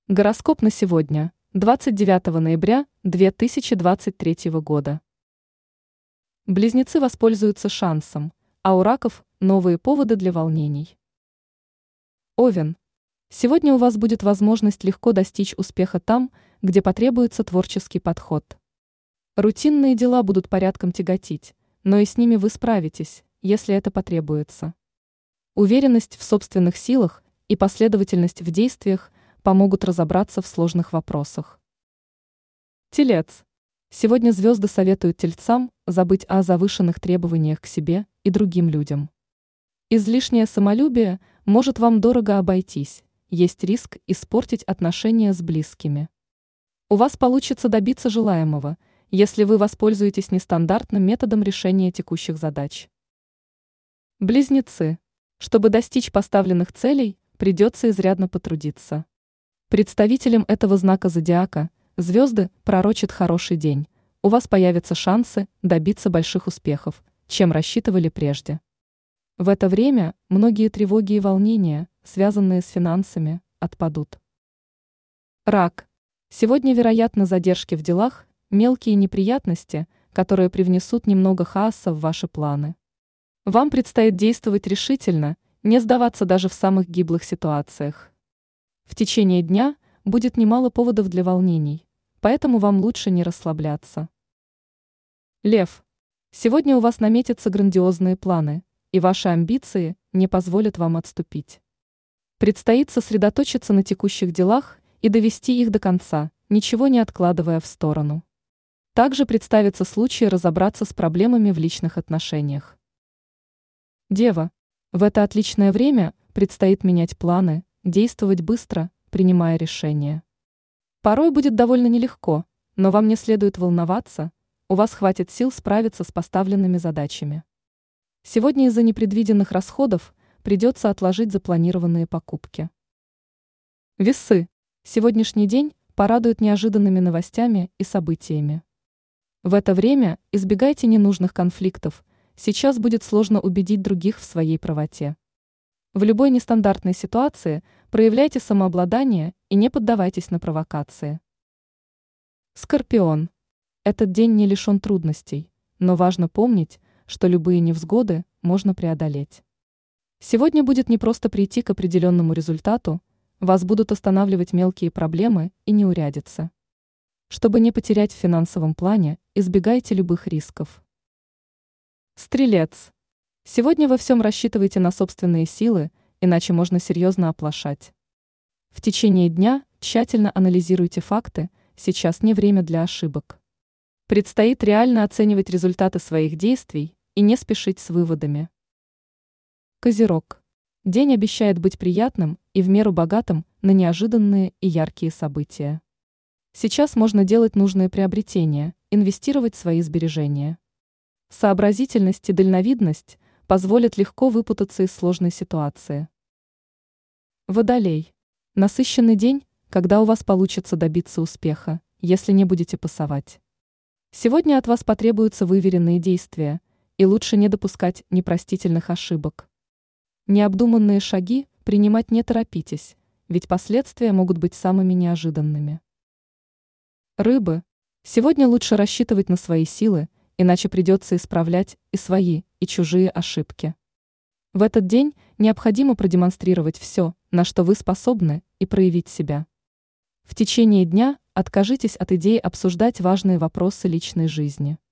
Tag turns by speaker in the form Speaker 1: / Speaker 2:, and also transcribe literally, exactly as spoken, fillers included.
Speaker 1: Гороскоп на сегодня, двадцать девятого ноября две тысячи двадцать третьего года. Близнецы воспользуются шансом, а у раков – новые поводы для волнений. Овен. Сегодня у вас будет возможность легко достичь успеха там, где потребуется творческий подход. Рутинные дела будут порядком тяготить, но и с ними вы справитесь, если это потребуется. Уверенность в собственных силах и последовательность в действиях помогут разобраться в сложных вопросах. Телец. Сегодня звезды советуют тельцам забыть о завышенных требованиях к себе и другим людям. Излишнее самолюбие может вам дорого обойтись, есть риск испортить отношения с близкими. У вас получится добиться желаемого, если вы воспользуетесь нестандартным методом решения текущих задач. Близнецы. Чтобы достичь поставленных целей, придется изрядно потрудиться. Представителям этого знака зодиака звезды пророчат хороший день, у вас появятся шансы добиться больших успехов, чем рассчитывали прежде. В это время многие тревоги и волнения, связанные с финансами, отпадут. Рак. Сегодня вероятны задержки в делах, мелкие неприятности, которые привнесут немного хаоса в ваши планы. Вам предстоит действовать решительно, не сдаваться даже в самых гиблых ситуациях. В течение дня будет немало поводов для волнений, поэтому вам лучше не расслабляться. Лев. Сегодня у вас наметятся грандиозные планы, и ваши амбиции не позволят вам отступить. Предстоит сосредоточиться на текущих делах и довести их до конца, ничего не откладывая в сторону. Также представится случай разобраться с проблемами в личных отношениях. Дева. В это отличное время предстоит менять планы, действовать быстро, принимая решения. Порой будет довольно нелегко, но вам не следует волноваться, у вас хватит сил справиться с поставленными задачами. Сегодня из-за непредвиденных расходов придется отложить запланированные покупки. Весы. Сегодняшний день порадует неожиданными новостями и событиями. В это время избегайте ненужных конфликтов, сейчас будет сложно убедить других в своей правоте. В любой нестандартной ситуации проявляйте самообладание и не поддавайтесь на провокации. Скорпион. Этот день не лишен трудностей, но важно помнить, что любые невзгоды можно преодолеть. Сегодня будет не просто прийти к определенному результату, вас будут останавливать мелкие проблемы и неурядицы. Чтобы не потерять в финансовом плане, избегайте любых рисков. Стрелец. Сегодня во всем рассчитывайте на собственные силы, иначе можно серьезно оплошать. В течение дня тщательно анализируйте факты, сейчас не время для ошибок. Предстоит реально оценивать результаты своих действий и не спешить с выводами. Козерог. День обещает быть приятным и в меру богатым на неожиданные и яркие события. Сейчас можно делать нужные приобретения, инвестировать свои сбережения. Сообразительность и дальновидность позволят легко выпутаться из сложной ситуации. Водолей. Насыщенный день, когда у вас получится добиться успеха, если не будете пасовать. Сегодня от вас потребуются выверенные действия, и лучше не допускать непростительных ошибок. Необдуманные шаги принимать не торопитесь, ведь последствия могут быть самыми неожиданными. Рыбы. Сегодня лучше рассчитывать на свои силы, иначе придется исправлять и свои, и чужие ошибки. В этот день необходимо продемонстрировать все, на что вы способны, и проявить себя. В течение дня откажитесь от идеи обсуждать важные вопросы личной жизни.